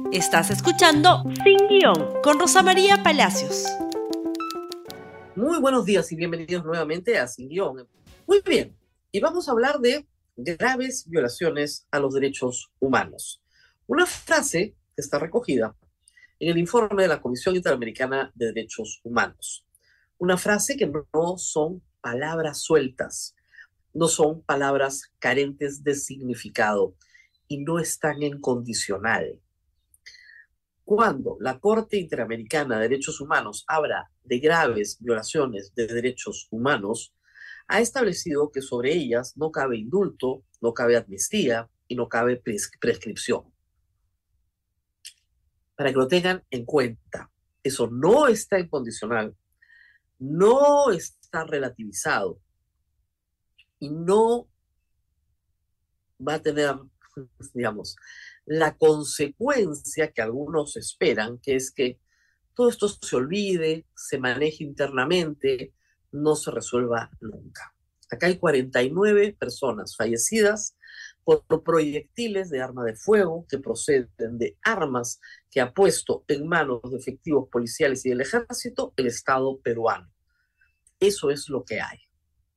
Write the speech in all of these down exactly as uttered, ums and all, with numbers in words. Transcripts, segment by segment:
Estás escuchando Sin Guión con Rosa María Palacios. Muy buenos días y bienvenidos nuevamente a Sin Guión. Muy bien, y vamos a hablar de graves violaciones a los derechos humanos. Una frase que está recogida en el informe de la Comisión Interamericana de Derechos Humanos. Una frase que no son palabras sueltas, no son palabras carentes de significado y no están en condicional. Cuando la Corte Interamericana de Derechos Humanos habla de graves violaciones de derechos humanos, ha establecido que sobre ellas no cabe indulto, no cabe amnistía y no cabe pres- prescripción. Para que lo tengan en cuenta, eso no está en condicional, no está relativizado y no va a tener, digamos, la consecuencia que algunos esperan, que es que todo esto se olvide, se maneje internamente, no se resuelva nunca. Acá hay cuarenta y nueve personas fallecidas por proyectiles de arma de fuego que proceden de armas que ha puesto en manos de efectivos policiales y del ejército el Estado peruano. Eso es lo que hay.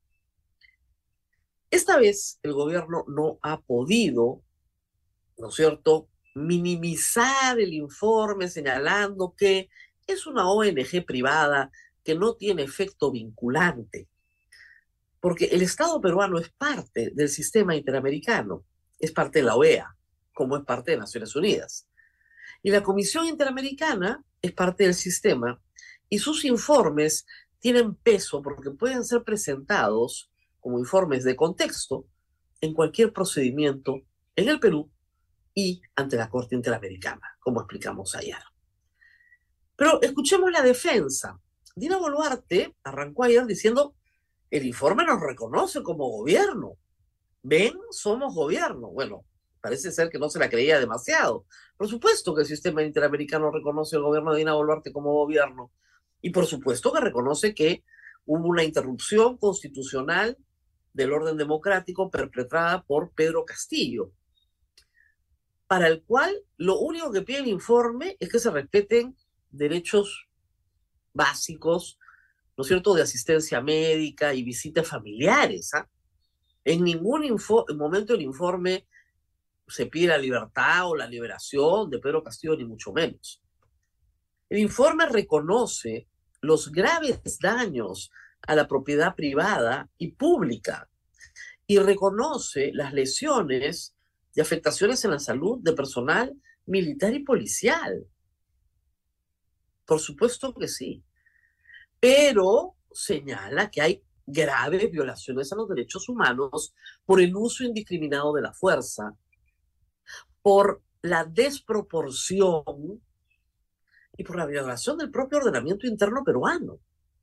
Esta vez el gobierno no ha podido, ¿no es cierto?, minimizar el informe señalando que es una O N G privada que no tiene efecto vinculante, porque el Estado peruano es parte del sistema interamericano, es parte de la O E A, como es parte de Naciones Unidas. Y la Comisión Interamericana es parte del sistema y sus informes tienen peso porque pueden ser presentados como informes de contexto en cualquier procedimiento en el Perú y ante la Corte Interamericana, como explicamos ayer. Pero escuchemos la defensa. Dina Boluarte arrancó ayer diciendo, el informe nos reconoce como gobierno. ¿Ven? Somos gobierno. Bueno, parece ser que no se la creía demasiado. Por supuesto que el sistema interamericano reconoce al gobierno de Dina Boluarte como gobierno. Y por supuesto que reconoce que hubo una interrupción constitucional del orden democrático perpetrada por Pedro Castillo, para el cual lo único que pide el informe es que se respeten derechos básicos, ¿no es cierto?, de asistencia médica y visitas familiares. ¿ah? En ningún info- momento del informe se pide la libertad o la liberación de Pedro Castillo, ni mucho menos. El informe reconoce los graves daños a la propiedad privada y pública y reconoce las lesiones de afectaciones en la salud de personal militar y policial. Por supuesto que sí. Pero señala que hay graves violaciones a los derechos humanos por el uso indiscriminado de la fuerza, por la desproporción y por la violación del propio ordenamiento interno peruano.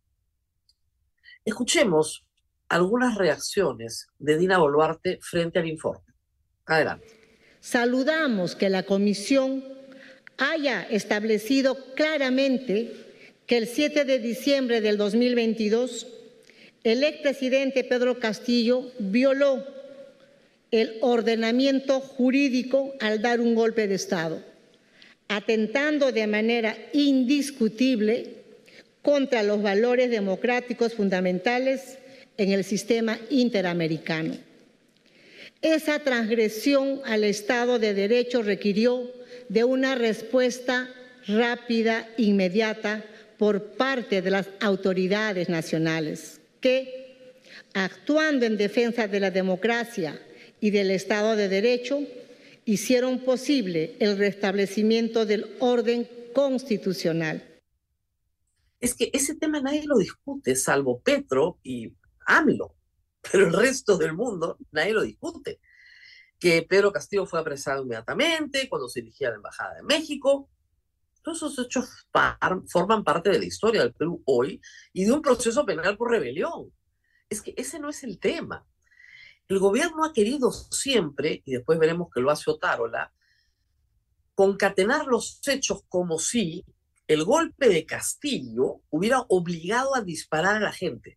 Escuchemos algunas reacciones de Dina Boluarte frente al informe. Adelante. Saludamos que la Comisión haya establecido claramente que el siete de diciembre del dos mil veintidós el expresidente Pedro Castillo violó el ordenamiento jurídico al dar un golpe de Estado, atentando de manera indiscutible contra los valores democráticos fundamentales en el sistema interamericano. Esa transgresión al Estado de Derecho requirió de una respuesta rápida, inmediata, por parte de las autoridades nacionales, que, actuando en defensa de la democracia y del Estado de Derecho, hicieron posible el restablecimiento del orden constitucional. Es que ese tema nadie lo discute, salvo Petro y AMLO, pero el resto del mundo nadie lo discute. Que Pedro Castillo fue apresado inmediatamente cuando se dirigía a la Embajada de México. Todos esos hechos par, forman parte de la historia del Perú hoy y de un proceso penal por rebelión. Es que ese no es el tema. El gobierno ha querido siempre, y después veremos que lo hace Otárola, concatenar los hechos como si el golpe de Castillo hubiera obligado a disparar a la gente.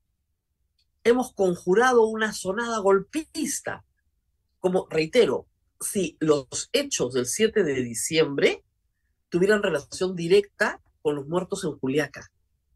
Hemos conjurado una sonada golpista, como, reitero, si los hechos del siete de diciembre tuvieran relación directa con los muertos en Juliaca,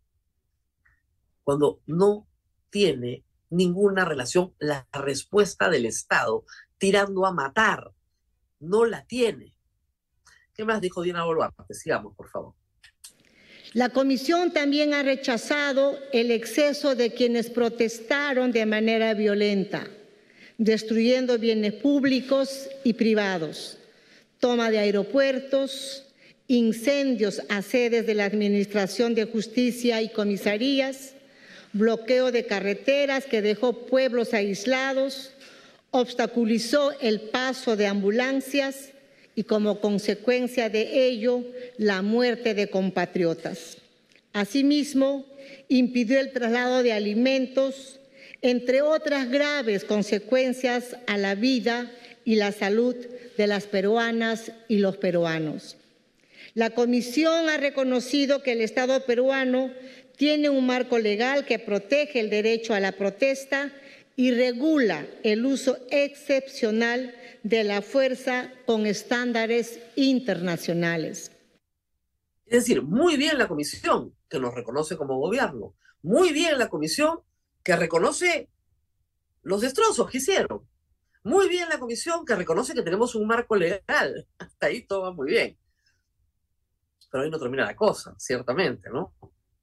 cuando no tiene ninguna relación la respuesta del Estado tirando a matar. No la tiene. ¿Qué más dijo Dina Boluarte? Sigamos, por favor. La comisión también ha rechazado el exceso de quienes protestaron de manera violenta, destruyendo bienes públicos y privados, toma de aeropuertos, incendios a sedes de la Administración de Justicia y comisarías, bloqueo de carreteras que dejó pueblos aislados, obstaculizó el paso de ambulancias y como consecuencia de ello la muerte de compatriotas. Asimismo, impidió el traslado de alimentos, entre otras graves consecuencias a la vida y la salud de las peruanas y los peruanos. La Comisión ha reconocido que el Estado peruano tiene un marco legal que protege el derecho a la protesta y regula el uso excepcional de la fuerza con estándares internacionales. Es decir, muy bien la Comisión, que nos reconoce como gobierno. Muy bien la Comisión, que reconoce los destrozos que hicieron. Muy bien la Comisión, que reconoce que tenemos un marco legal. Hasta ahí todo va muy bien. Pero ahí no termina la cosa, ciertamente, ¿no?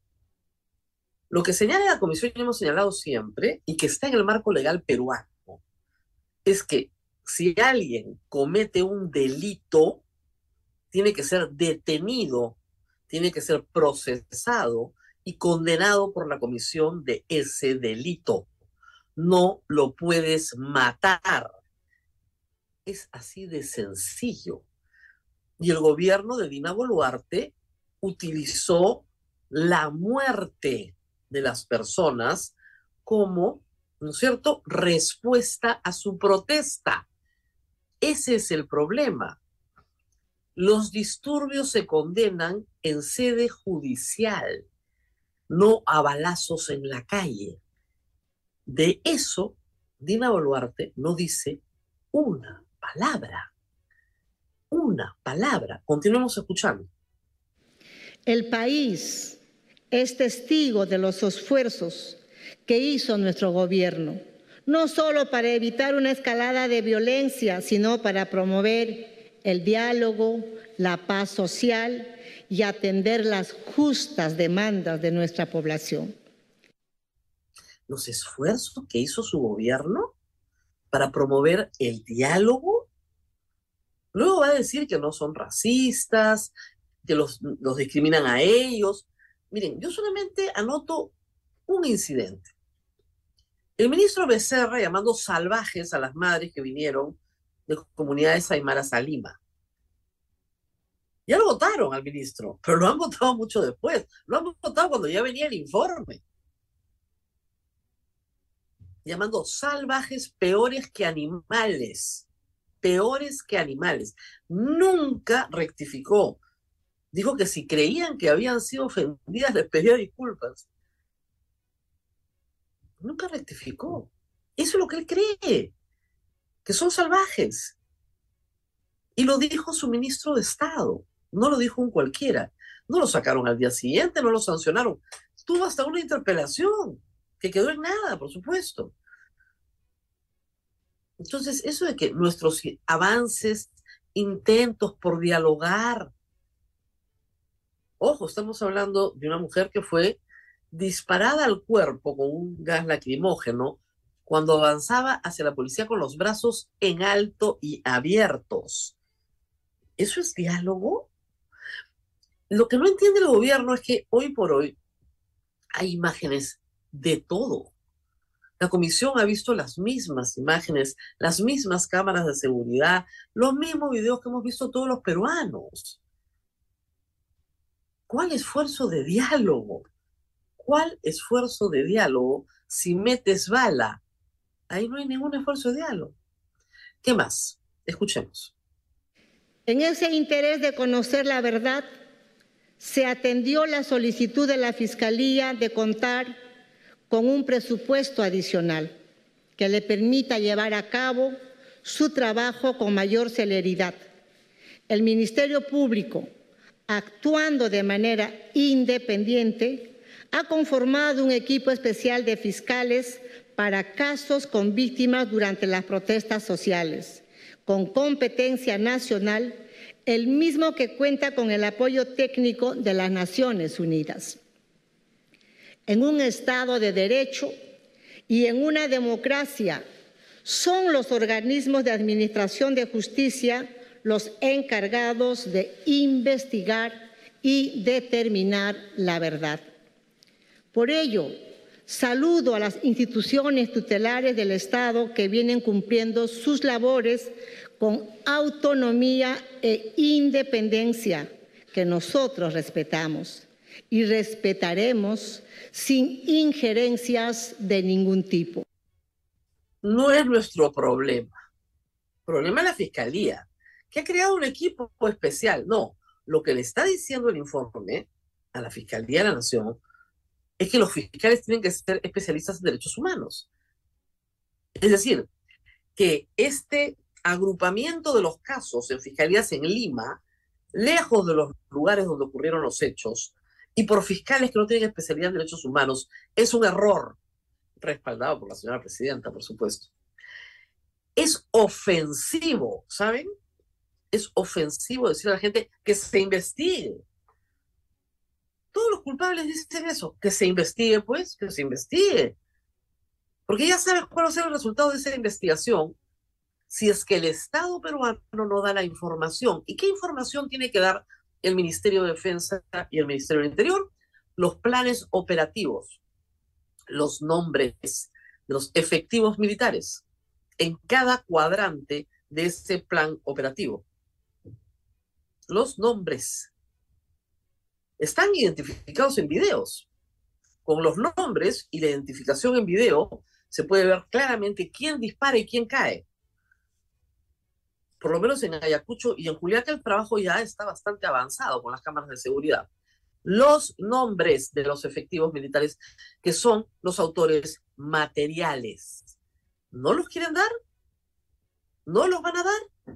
Lo que señala la Comisión, y hemos señalado siempre, y que está en el marco legal peruano, es que si alguien comete un delito, tiene que ser detenido, tiene que ser procesado y condenado por la comisión de ese delito. No lo puedes matar. Es así de sencillo. Y el gobierno de Dina Boluarte utilizó la muerte de las personas como, ¿no es cierto?, respuesta a su protesta. Ese es el problema. Los disturbios se condenan en sede judicial, no a balazos en la calle. De eso, Dina Boluarte no dice una palabra. Una palabra. Continuemos escuchando. El país es testigo de los esfuerzos que hizo nuestro gobierno, no solo para evitar una escalada de violencia, sino para promover el diálogo, la paz social y atender las justas demandas de nuestra población. Los esfuerzos que hizo su gobierno para promover el diálogo. Luego va a decir que no son racistas, que los, los discriminan a ellos. Miren, yo solamente anoto un incidente. El ministro Becerra llamando salvajes a las madres que vinieron de comunidades aymaras a Lima. Ya lo votaron al ministro, pero lo han votado mucho después. Lo han votado cuando ya venía el informe. Llamando salvajes peores que animales. Peores que animales. Nunca rectificó. Dijo que si creían que habían sido ofendidas les pedía disculpas. Nunca rectificó. Eso es lo que él cree, que son salvajes. Y lo dijo su ministro de Estado, no lo dijo un cualquiera. No lo sacaron al día siguiente, no lo sancionaron. Tuvo hasta una interpelación, que quedó en nada, por supuesto. Entonces, eso de que nuestros avances, intentos por dialogar. Ojo, estamos hablando de una mujer que fue disparada al cuerpo con un gas lacrimógeno cuando avanzaba hacia la policía con los brazos en alto y abiertos. ¿Eso es diálogo? Lo que no entiende el gobierno es que hoy por hoy hay imágenes de todo. La comisión ha visto las mismas imágenes, las mismas cámaras de seguridad, los mismos videos que hemos visto todos los peruanos. ¿Cuál esfuerzo de diálogo? ¿Cuál esfuerzo de diálogo si metes bala? Ahí no hay ningún esfuerzo de diálogo. ¿Qué más? Escuchemos. En ese interés de conocer la verdad, se atendió la solicitud de la Fiscalía de contar con un presupuesto adicional que le permita llevar a cabo su trabajo con mayor celeridad. El Ministerio Público, actuando de manera independiente, ha conformado un equipo especial de fiscales para casos con víctimas durante las protestas sociales, con competencia nacional, el mismo que cuenta con el apoyo técnico de las Naciones Unidas. En un Estado de Derecho y en una democracia, son los organismos de administración de justicia los encargados de investigar y determinar la verdad. Por ello, saludo a las instituciones tutelares del Estado que vienen cumpliendo sus labores con autonomía e independencia que nosotros respetamos y respetaremos sin injerencias de ningún tipo. No es nuestro problema. El problema es la Fiscalía, que ha creado un equipo especial. No, lo que le está diciendo el informe a la Fiscalía de la Nación es que los fiscales tienen que ser especialistas en derechos humanos. Es decir, que este agrupamiento de los casos en fiscalías en Lima, lejos de los lugares donde ocurrieron los hechos, y por fiscales que no tienen especialidad en derechos humanos, es un error, respaldado por la señora presidenta, por supuesto. Es ofensivo, ¿saben? Es ofensivo decirle a la gente que se investigue. Todos los culpables dicen eso, que se investigue, pues, que se investigue. Porque ya sabes cuál va a ser el resultado de esa investigación si es que el Estado peruano no da la información. ¿Y qué información tiene que dar el Ministerio de Defensa y el Ministerio del Interior? Los planes operativos, los nombres de los efectivos militares en cada cuadrante de ese plan operativo. Los nombres están identificados en videos. Con los nombres y la identificación en video se puede ver claramente quién dispara y quién cae. Por lo menos en Ayacucho y en Juliaca el trabajo ya está bastante avanzado con las cámaras de seguridad. Los nombres de los efectivos militares que son los autores materiales. ¿No los quieren dar? ¿No los van a dar?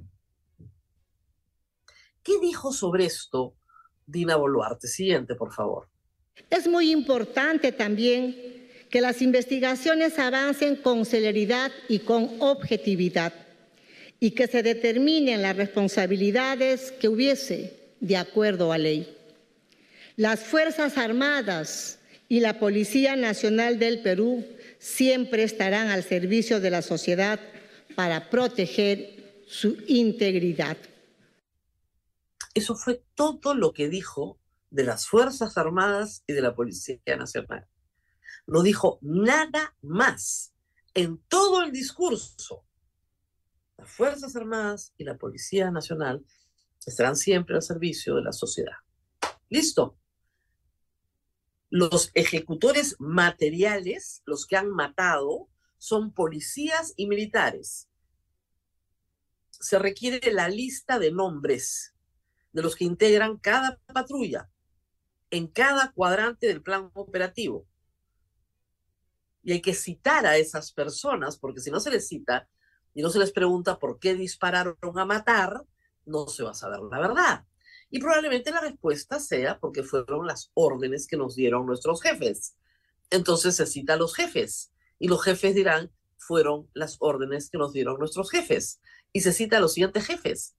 ¿Qué dijo sobre esto Dina Boluarte? Siguiente, por favor. Es muy importante también que las investigaciones avancen con celeridad y con objetividad y que se determinen las responsabilidades que hubiese de acuerdo a ley. Las Fuerzas Armadas y la Policía Nacional del Perú siempre estarán al servicio de la sociedad para proteger su integridad. Eso fue todo lo que dijo de las Fuerzas Armadas y de la Policía Nacional. No dijo nada más en todo el discurso. Las Fuerzas Armadas y la Policía Nacional estarán siempre al servicio de la sociedad. ¿Listo? Los ejecutores materiales, los que han matado, son policías y militares. Se requiere la lista de nombres de los que integran cada patrulla en cada cuadrante del plan operativo. Y hay que citar a esas personas, porque si no se les cita y no se les pregunta por qué dispararon a matar, no se va a saber la verdad. Y probablemente la respuesta sea porque fueron las órdenes que nos dieron nuestros jefes. Entonces se cita a los jefes y los jefes dirán, fueron las órdenes que nos dieron nuestros jefes. Y se cita a los siguientes jefes.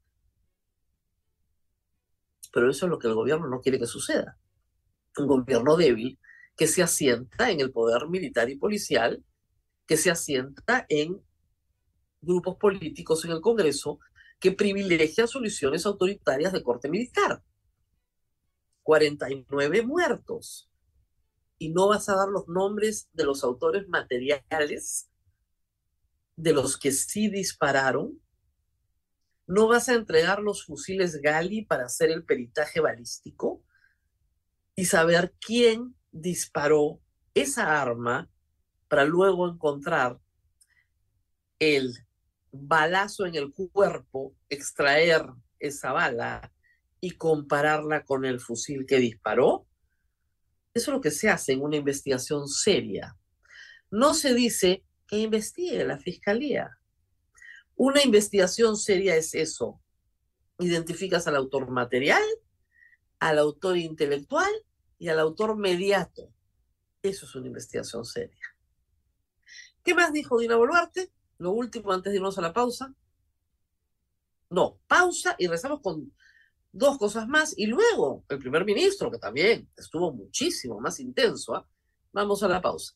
Pero eso es lo que el gobierno no quiere que suceda. Un gobierno débil que se asienta en el poder militar y policial, que se asienta en grupos políticos en el Congreso que privilegian soluciones autoritarias de corte militar. cuarenta y nueve muertos. Y no vas a dar los nombres de los autores materiales, de los que sí dispararon. No vas a entregar los fusiles Gali para hacer el peritaje balístico y saber quién disparó esa arma para luego encontrar el balazo en el cuerpo, extraer esa bala y compararla con el fusil que disparó. Eso es lo que se hace en una investigación seria. No se dice que investigue la fiscalía, Una investigación seria es eso. Identificas al autor material, al autor intelectual y al autor mediato. Eso es una investigación seria. ¿Qué más dijo Dina Boluarte? Lo último antes de irnos a la pausa. No, pausa y rezamos con dos cosas más. Y luego el primer ministro, que también estuvo muchísimo más intenso. ¿eh? Vamos a la pausa.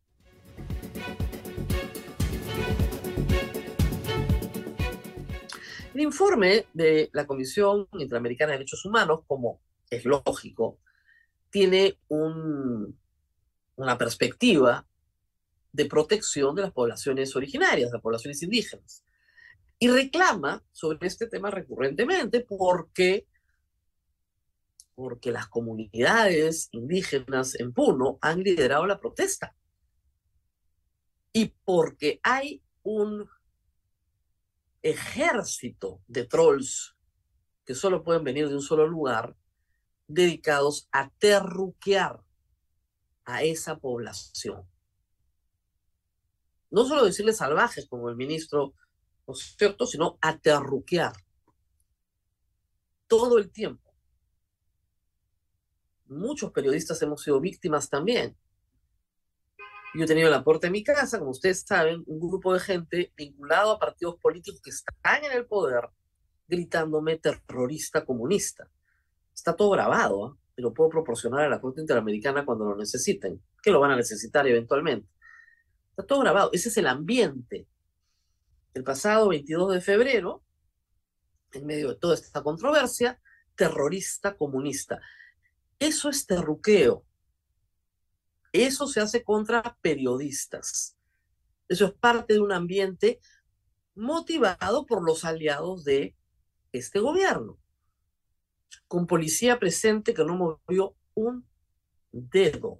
El informe de la Comisión Interamericana de Derechos Humanos, como es lógico, tiene un, una perspectiva de protección de las poblaciones originarias, de las poblaciones indígenas. Y reclama sobre este tema recurrentemente porque, porque las comunidades indígenas en Puno han liderado la protesta. Y porque hay un ejército de trolls que solo pueden venir de un solo lugar, dedicados a terruquear a esa población. No solo decirle salvajes, como el ministro, ¿no es cierto?, sino a terruquear todo el tiempo. Muchos periodistas hemos sido víctimas también. Yo he tenido en la puerta de mi casa, como ustedes saben, un grupo de gente vinculado a partidos políticos que están en el poder, gritándome terrorista comunista. Está todo grabado, ¿eh? Y lo puedo proporcionar a la Corte Interamericana cuando lo necesiten, que lo van a necesitar eventualmente. Está todo grabado. Ese es el ambiente. El pasado veintidós de febrero, en medio de toda esta controversia, terrorista comunista. Eso es terruqueo. Eso se hace contra periodistas. Eso es parte de un ambiente motivado por los aliados de este gobierno, con policía presente que no movió un dedo.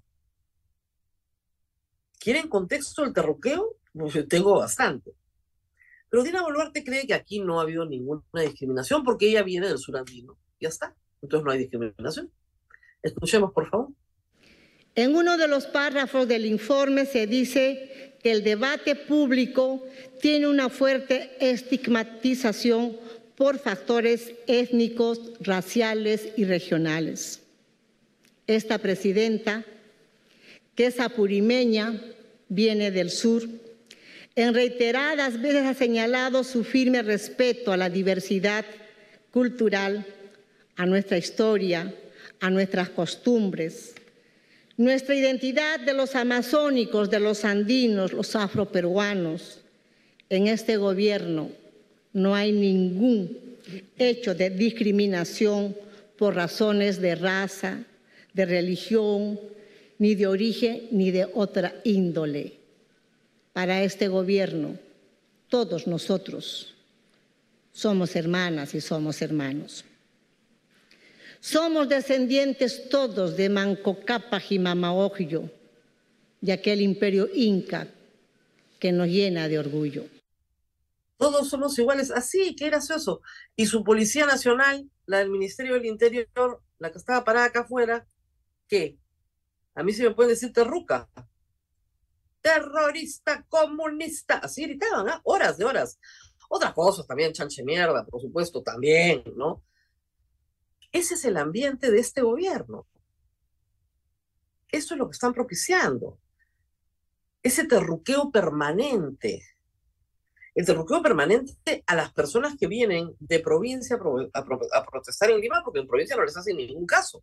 ¿Quieren contexto del terruqueo? Pues tengo bastante. Pero Dina Boluarte cree que aquí no ha habido ninguna discriminación porque ella viene del sur andino. Ya está. Entonces no hay discriminación. Escuchemos, por favor. En uno de los párrafos del informe se dice que el debate público tiene una fuerte estigmatización por factores étnicos, raciales y regionales. Esta presidenta, que es apurimeña, viene del sur, en reiteradas veces ha señalado su firme respeto a la diversidad cultural, a nuestra historia, a nuestras costumbres, nuestra identidad de los amazónicos, de los andinos, los afroperuanos. En este gobierno no hay ningún hecho de discriminación por razones de raza, de religión, ni de origen, ni de otra índole. Para este gobierno, todos nosotros somos hermanas y somos hermanos. Somos descendientes todos de Manco Cápac y Mamaogyo, de aquel imperio inca que nos llena de orgullo. Todos somos iguales. Así, qué gracioso. Y su Policía Nacional, la del Ministerio del Interior, la que estaba parada acá afuera, ¿qué? A mí sí me pueden decir terruca. Terrorista comunista. Así gritaban, ¿eh? Horas de horas. Otras cosas también, chanche mierda, por supuesto, también, ¿no? Ese es el ambiente de este gobierno. Eso es lo que están propiciando. Ese terruqueo permanente. El terruqueo permanente a las personas que vienen de provincia a, pro a, pro a protestar en Lima, porque en provincia no les hacen ningún caso.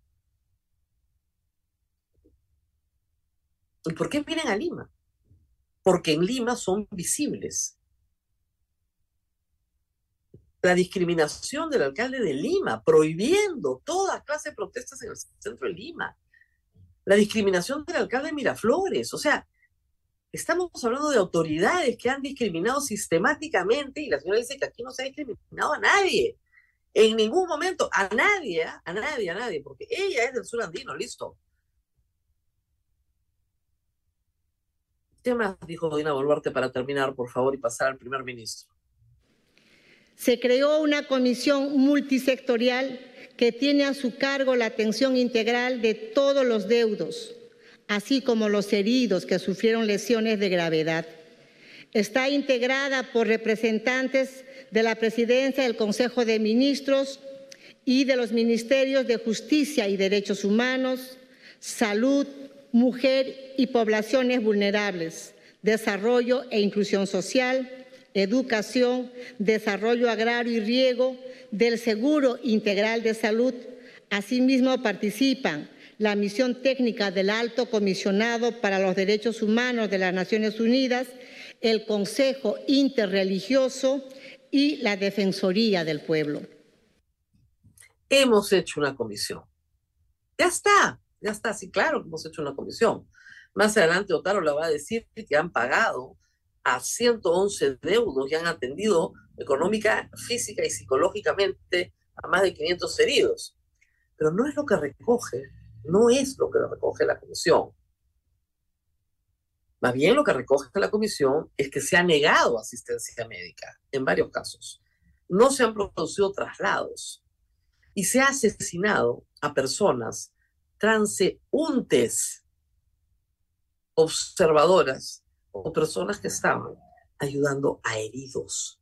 ¿Y por qué vienen a Lima? Porque en Lima son visibles. La discriminación del alcalde de Lima, prohibiendo toda clase de protestas en el centro de Lima. La discriminación del alcalde de Miraflores. O sea, estamos hablando de autoridades que han discriminado sistemáticamente y la señora dice que aquí no se ha discriminado a nadie. En ningún momento, a nadie, ¿eh? a nadie, a nadie, porque ella es del sur andino, listo. ¿Qué más dijo Dina Boluarte para terminar, por favor, y pasar al primer ministro? Se creó una comisión multisectorial que tiene a su cargo la atención integral de todos los deudos, así como los heridos que sufrieron lesiones de gravedad. Está integrada por representantes de la Presidencia del Consejo de Ministros y de los Ministerios de Justicia y Derechos Humanos, Salud, Mujer y Poblaciones Vulnerables, Desarrollo e Inclusión Social, Educación, Desarrollo Agrario y Riego, del Seguro Integral de Salud. Asimismo, participan la Misión Técnica del Alto Comisionado para los Derechos Humanos de las Naciones Unidas, el Consejo Interreligioso y la Defensoría del Pueblo. Hemos hecho una comisión. Ya está, ya está, sí, claro que hemos hecho una comisión. Más adelante Otaro le va a decir que han pagado a ciento once deudos y han atendido económica, física y psicológicamente a más de quinientos heridos. Pero no es lo que recoge, no es lo que recoge la comisión. Más bien lo que recoge la comisión es que se ha negado asistencia médica en varios casos. No se han producido traslados y se ha asesinado a personas transeúntes, observadoras o personas que estaban ayudando a heridos.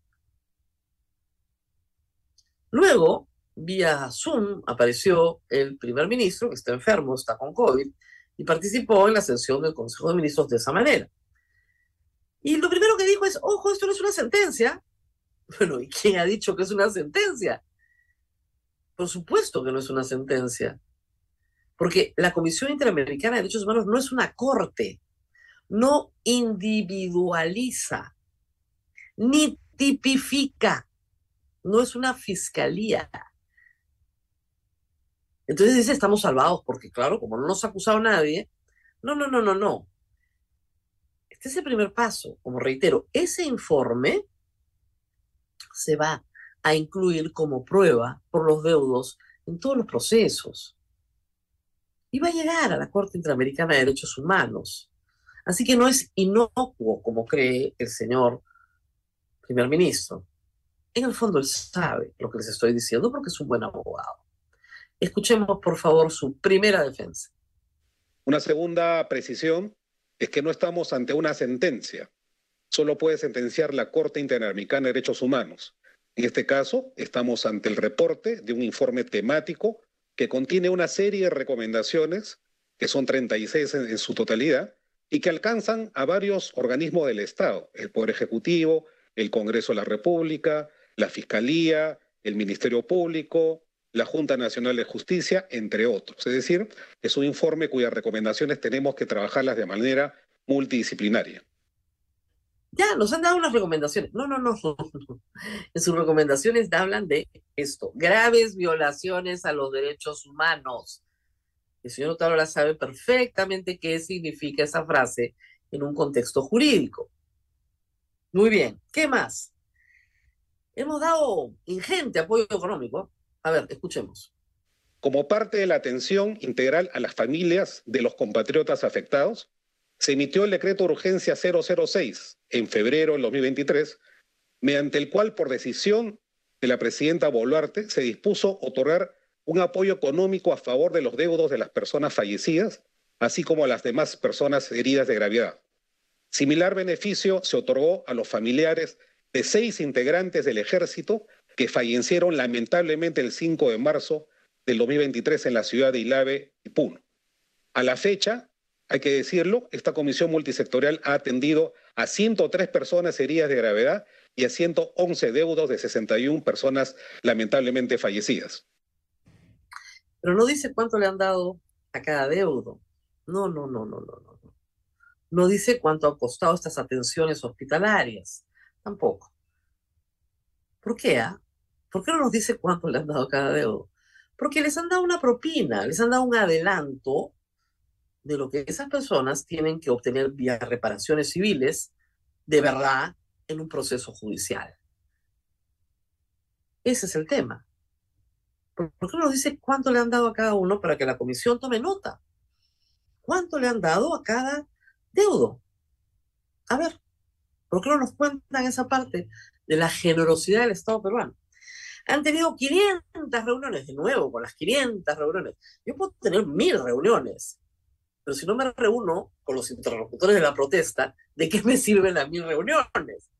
Luego, vía Zoom, apareció el primer ministro, que está enfermo, está con COVID, y participó en la sesión del Consejo de Ministros de esa manera. Y lo primero que dijo es, ojo, esto no es una sentencia. Bueno, ¿y quién ha dicho que es una sentencia? Por supuesto que no es una sentencia. Porque la Comisión Interamericana de Derechos Humanos no es una corte, no individualiza, ni tipifica, no es una fiscalía. Entonces dice, estamos salvados, porque claro, como no nos ha acusado nadie, no, no, no, no, no. Este es el primer paso, como reitero, ese informe se va a incluir como prueba por los deudos en todos los procesos. Y va a llegar a la Corte Interamericana de Derechos Humanos. Así que no es inocuo, como cree el señor primer ministro. En el fondo él sabe lo que les estoy diciendo porque es un buen abogado. Escuchemos, por favor, su primera defensa. Una segunda precisión es que no estamos ante una sentencia. Solo puede sentenciar la Corte Interamericana de Derechos Humanos. En este caso, estamos ante el reporte de un informe temático que contiene una serie de recomendaciones, que son treinta y seis en, en su totalidad, y que alcanzan a varios organismos del Estado, el Poder Ejecutivo, el Congreso de la República, la Fiscalía, el Ministerio Público, la Junta Nacional de Justicia, entre otros. Es decir, es un informe cuyas recomendaciones tenemos que trabajarlas de manera multidisciplinaria. Ya, nos han dado unas recomendaciones. No, no, no. En sus recomendaciones hablan de esto, graves violaciones a los derechos humanos. El señor Otárola sabe perfectamente qué significa esa frase en un contexto jurídico. Muy bien, ¿qué más? Hemos dado ingente apoyo económico. A ver, escuchemos. Como parte de la atención integral a las familias de los compatriotas afectados, se emitió el decreto de urgencia cero cero seis en febrero del dos mil veintitrés, mediante el cual, por decisión de la presidenta Boluarte, se dispuso otorgar un apoyo económico a favor de los deudos de las personas fallecidas, así como a las demás personas heridas de gravedad. Similar beneficio se otorgó a los familiares de seis integrantes del Ejército que fallecieron lamentablemente el cinco de marzo del dos mil veintitrés en la ciudad de Ilave y Puno. A la fecha, hay que decirlo, esta comisión multisectorial ha atendido a ciento tres personas heridas de gravedad y a ciento once deudos de sesenta y una personas lamentablemente fallecidas. Pero no dice cuánto le han dado a cada deudo. No, no, no, no, no, no. No dice cuánto han costado estas atenciones hospitalarias. Tampoco. ¿Por qué? Ah? ¿Por qué no nos dice cuánto le han dado a cada deudo? Porque les han dado una propina, les han dado un adelanto de lo que esas personas tienen que obtener vía reparaciones civiles de verdad en un proceso judicial. Ese es el tema. ¿Por qué no nos dice cuánto le han dado a cada uno para que la comisión tome nota? ¿Cuánto le han dado a cada deudo? A ver, ¿por qué no nos cuentan esa parte de la generosidad del Estado peruano? Han tenido quinientas reuniones, de nuevo, con las quinientas reuniones. Yo puedo tener mil reuniones, pero si no me reúno con los interlocutores de la protesta, ¿de qué me sirven las mil reuniones?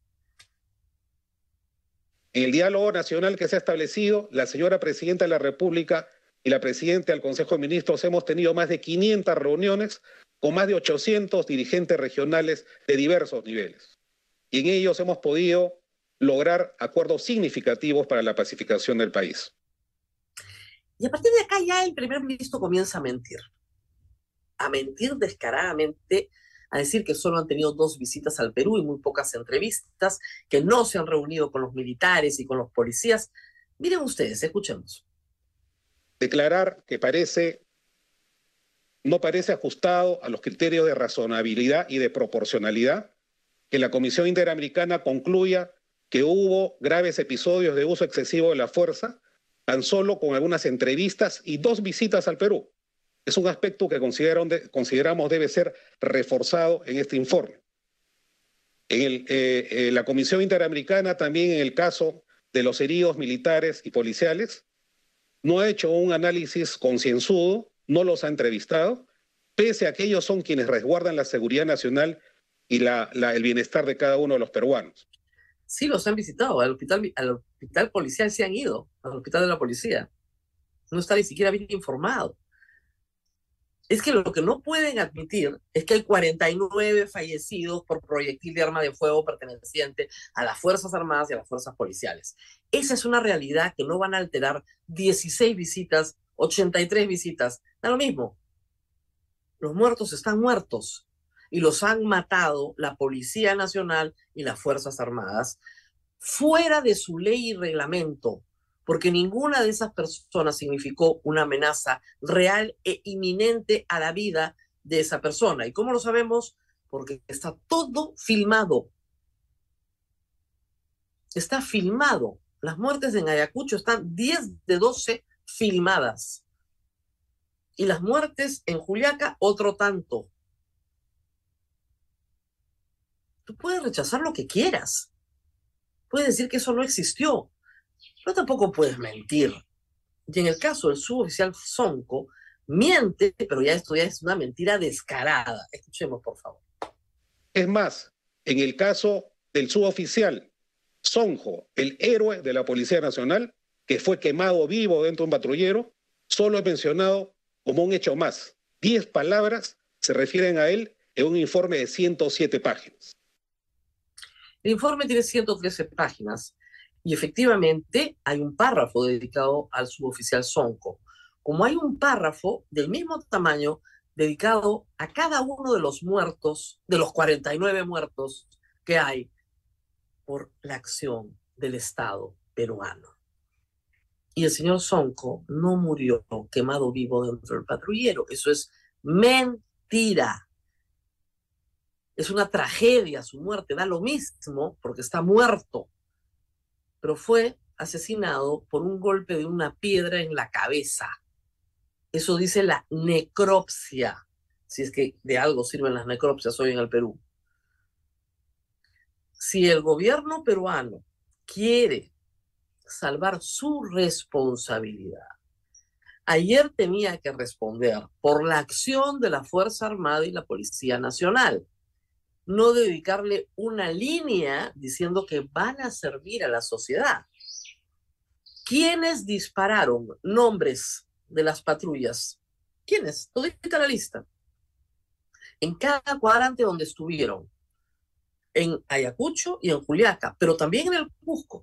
En el diálogo nacional que se ha establecido, la señora Presidenta de la República y la Presidenta del Consejo de Ministros hemos tenido más de quinientas reuniones con más de ochocientos dirigentes regionales de diversos niveles. Y en ellos hemos podido lograr acuerdos significativos para la pacificación del país. Y a partir de acá ya el primer ministro comienza a mentir. A mentir descaradamente, a decir que solo han tenido dos visitas al Perú y muy pocas entrevistas, que no se han reunido con los militares y con los policías. Miren ustedes, escuchemos. Declarar que parece, no parece ajustado a los criterios de razonabilidad y de proporcionalidad, que la Comisión Interamericana concluya que hubo graves episodios de uso excesivo de la fuerza, tan solo con algunas entrevistas y dos visitas al Perú. Es un aspecto que consideramos debe ser reforzado en este informe. En el, eh, eh, la Comisión Interamericana también en el caso de los heridos militares y policiales no ha hecho un análisis concienzudo, no los ha entrevistado, pese a que ellos son quienes resguardan la seguridad nacional y la, la, el bienestar de cada uno de los peruanos. Sí, los han visitado, al hospital, al hospital policial se han ido, al hospital de la policía. No está ni siquiera bien informado. Es que lo que no pueden admitir es que hay cuarenta y nueve fallecidos por proyectil de arma de fuego perteneciente a las Fuerzas Armadas y a las Fuerzas Policiales. Esa es una realidad que no van a alterar dieciséis visitas, ochenta y tres visitas. Da lo mismo. Los muertos están muertos y los han matado la Policía Nacional y las Fuerzas Armadas fuera de su ley y reglamento, porque ninguna de esas personas significó una amenaza real e inminente a la vida de esa persona. ¿Y cómo lo sabemos? Porque está todo filmado. Está filmado. Las muertes en Ayacucho están diez de doce filmadas. Y las muertes en Juliaca, otro tanto. Tú puedes rechazar lo que quieras. Puedes decir que eso no existió. Pero tampoco puedes mentir. Y en el caso del suboficial Sonco, miente, pero ya esto ya es una mentira descarada. Escuchemos, por favor. Es más, en el caso del suboficial Sonjo, el héroe de la Policía Nacional, que fue quemado vivo dentro de un patrullero, solo he mencionado como un hecho más. Diez palabras se refieren a él en un informe de ciento siete páginas. El informe tiene ciento trece páginas. Y efectivamente hay un párrafo dedicado al suboficial Sonco, como hay un párrafo del mismo tamaño dedicado a cada uno de los muertos, de los cuarenta y nueve muertos que hay por la acción del Estado peruano. Y el señor Sonco no murió quemado vivo dentro del patrullero. Eso es mentira. Es una tragedia su muerte, da lo mismo porque está muerto. Pero fue asesinado por un golpe de una piedra en la cabeza. Eso dice la necropsia, si es que de algo sirven las necropsias hoy en el Perú. Si el gobierno peruano quiere salvar su responsabilidad, ayer tenía que responder por la acción de la Fuerza Armada y la Policía Nacional. No dedicarle una línea diciendo que van a servir a la sociedad. ¿Quiénes dispararon? Nombres de las patrullas. ¿Quiénes? Todita la lista. En cada cuadrante donde estuvieron. En Ayacucho y en Juliaca, pero también en el Cusco.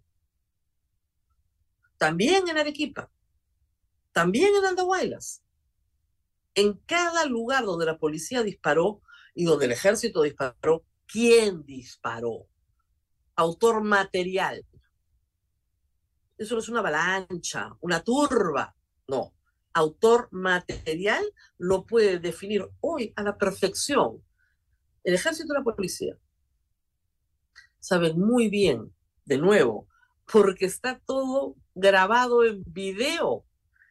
También en Arequipa. También en Andahuaylas. En cada lugar donde la policía disparó y donde el ejército disparó, ¿quién disparó? Autor material. Eso no es una avalancha, una turba. No. Autor material lo puede definir hoy a la perfección el ejército y la policía. Saben muy bien, de nuevo, porque está todo grabado en video.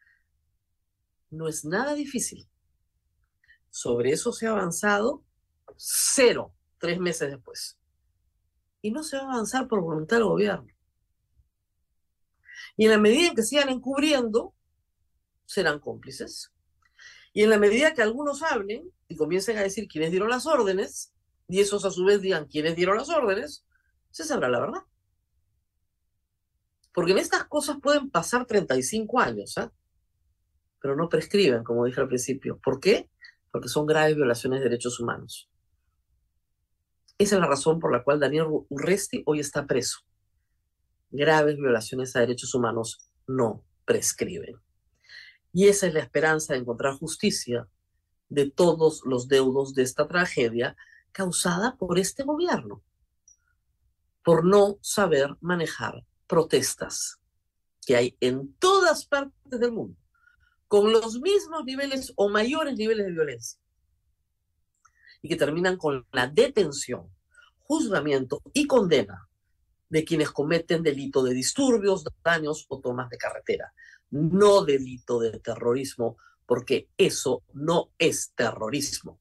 No es nada difícil. Sobre eso se ha avanzado cero, tres meses después. Y no se va a avanzar por voluntad del gobierno. Y en la medida en que sigan encubriendo, serán cómplices. Y en la medida que algunos hablen y comiencen a decir quiénes dieron las órdenes, y esos a su vez digan quiénes dieron las órdenes, se sabrá la verdad. Porque en estas cosas pueden pasar treinta y cinco años, ¿eh? Pero no prescriben, como dije al principio. ¿Por qué? Porque son graves violaciones de derechos humanos. Esa es la razón por la cual Daniel Urresti hoy está preso. Graves violaciones a derechos humanos no prescriben. Y esa es la esperanza de encontrar justicia de todos los deudos de esta tragedia causada por este gobierno, por no saber manejar protestas que hay en todas partes del mundo, con los mismos niveles o mayores niveles de violencia, y que terminan con la detención, juzgamiento y condena de quienes cometen delito de disturbios, daños o tomas de carretera, no delito de terrorismo, porque eso no es terrorismo.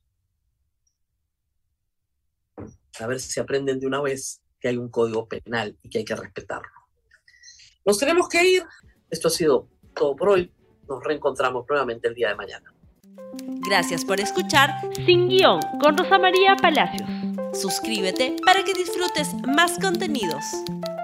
A ver si aprenden de una vez que hay un código penal y que hay que respetarlo. Nos tenemos que ir. Esto ha sido todo por hoy. Nos reencontramos nuevamente el día de mañana. Gracias por escuchar Sin Guión con Rosa María Palacios. Suscríbete para que disfrutes más contenidos.